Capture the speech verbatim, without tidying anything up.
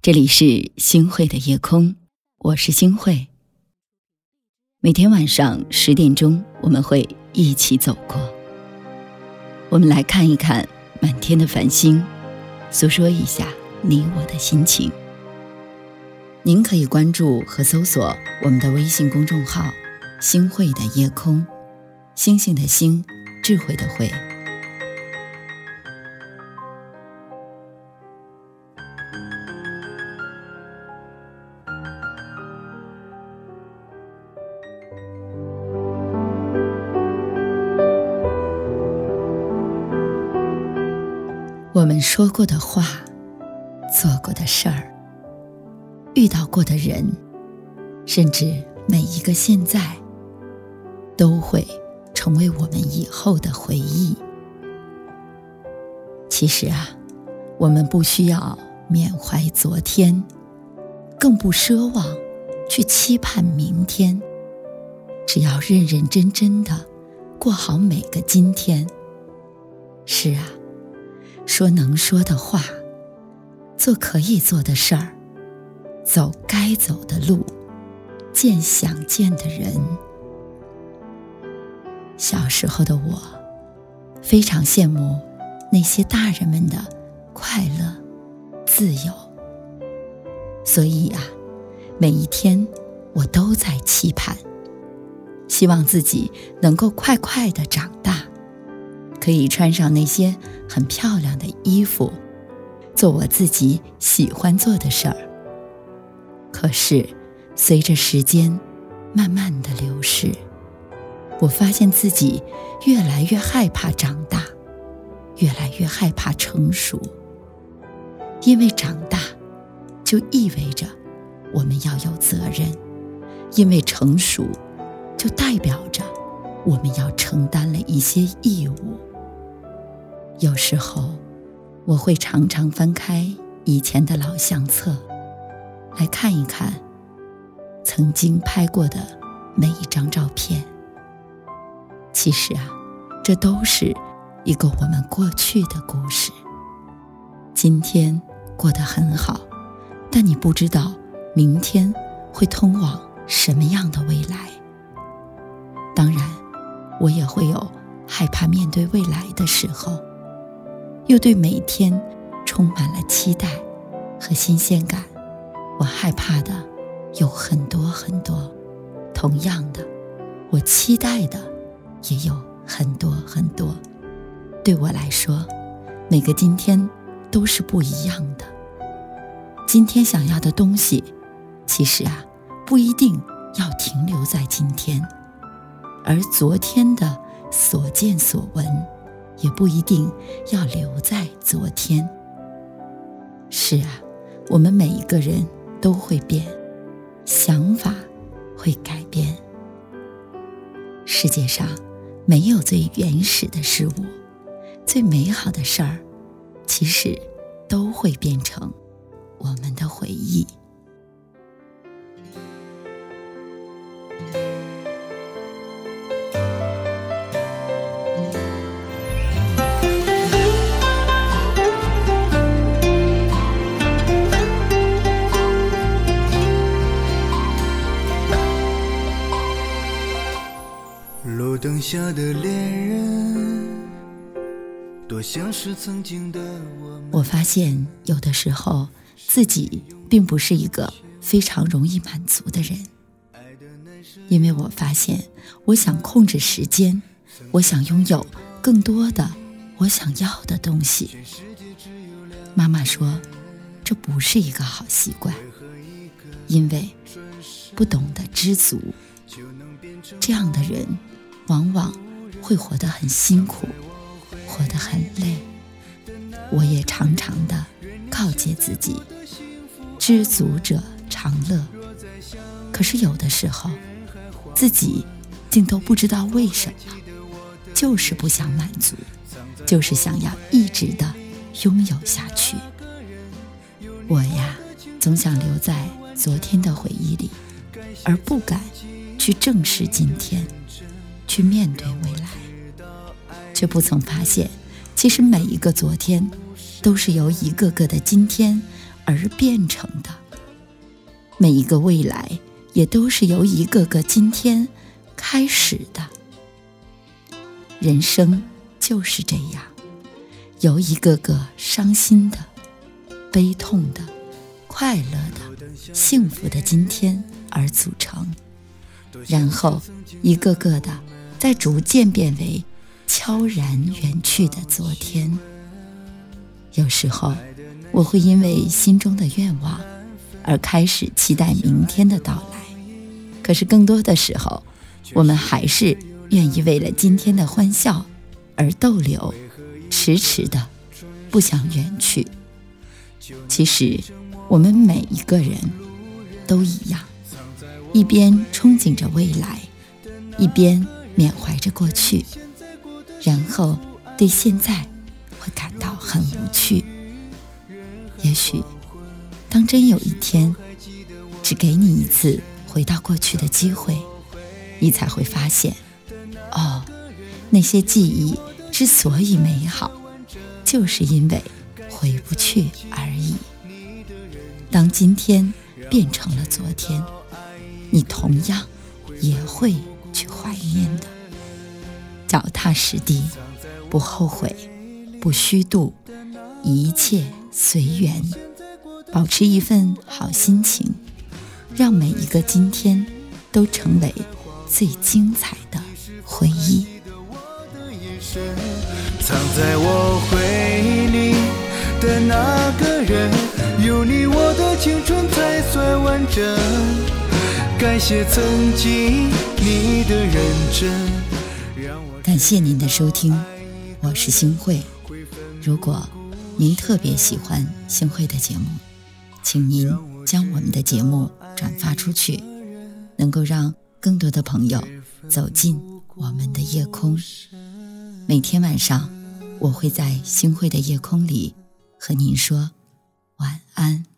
这里是星慧的夜空，我是星慧。每天晚上十点钟，我们会一起走过。我们来看一看满天的繁星，诉说一下你我的心情。您可以关注和搜索我们的微信公众号星慧的夜空，星星的星，智慧的慧。我们说过的话，做过的事儿，遇到过的人，甚至每一个现在，都会成为我们以后的回忆。其实啊，我们不需要缅怀昨天，更不奢望去期盼明天，只要认认真真的过好每个今天。是啊，说能说的话，做可以做的事儿，走该走的路，见想见的人。小时候的我，非常羡慕那些大人们的快乐、自由。所以啊，每一天我都在期盼，希望自己能够快快地长大，可以穿上那些很漂亮的衣服，做我自己喜欢做的事儿。可是随着时间慢慢的流逝，我发现自己越来越害怕长大，越来越害怕成熟。因为长大就意味着我们要有责任，因为成熟就代表着我们要承担了一些义务。有时候我会常常翻开以前的老相册，来看一看曾经拍过的每一张照片。其实啊，这都是一个我们过去的故事。今天过得很好，但你不知道明天会通往什么样的未来。当然，我也会有害怕面对未来的时候，又对每天充满了期待和新鲜感。我害怕的有很多很多，同样的，我期待的也有很多很多。对我来说，每个今天都是不一样的。今天想要的东西，其实啊，不一定要停留在今天，而昨天的所见所闻，也不一定要留在昨天。是啊，我们每一个人都会变，想法会改变。世界上没有最原始的事物，最美好的事儿，其实都会变成我们的回忆。 路灯下的恋人，多像是曾经的我们。 我发现有的时候自己并不是一个非常容易满足的人，因为我发现我想控制时间，我想拥有更多的我想要的东西。妈妈说这不是一个好习惯，因为不懂得知足，这样的人往往会活得很辛苦，活得很累。我也常常的告诫自己，知足者常乐。可是有的时候自己竟都不知道为什么，就是不想满足，就是想要一直的拥有下去。我呀，总想留在昨天的回忆里，而不敢去正视今天，去面对未来，却不曾发现，其实每一个昨天都是由一个个的今天而而变成的。每一个未来也都是由一个个今天开始的。人生就是这样，由一个个伤心的、悲痛的、快乐的、幸福的今天而组成，然后一个个的再逐渐变为悄然远去的昨天。有时候我会因为心中的愿望而开始期待明天的到来，可是更多的时候，我们还是愿意为了今天的欢笑而逗留，迟迟的不想远去。其实我们每一个人都一样，一边憧憬着未来，一边缅怀着过去，然后对现在会感到很无趣。也许当真有一天只给你一次回到过去的机会，你才会发现，哦，那些记忆之所以美好，就是因为回不去而已。当今天变成了昨天，你同样也会去怀念的。脚踏实地，不后悔，不虚度，一切随缘，保持一份好心情，让每一个今天都成为最精彩的回忆。 藏在我回忆里的那个人，有你我的青春才算完整。感谢曾经你的认真。 感谢您的收听，我是星慧。如果您特别喜欢星慧的节目，请您将我们的节目转发出去，能够让更多的朋友走进我们的夜空。每天晚上，我会在星慧的夜空里和您说晚安。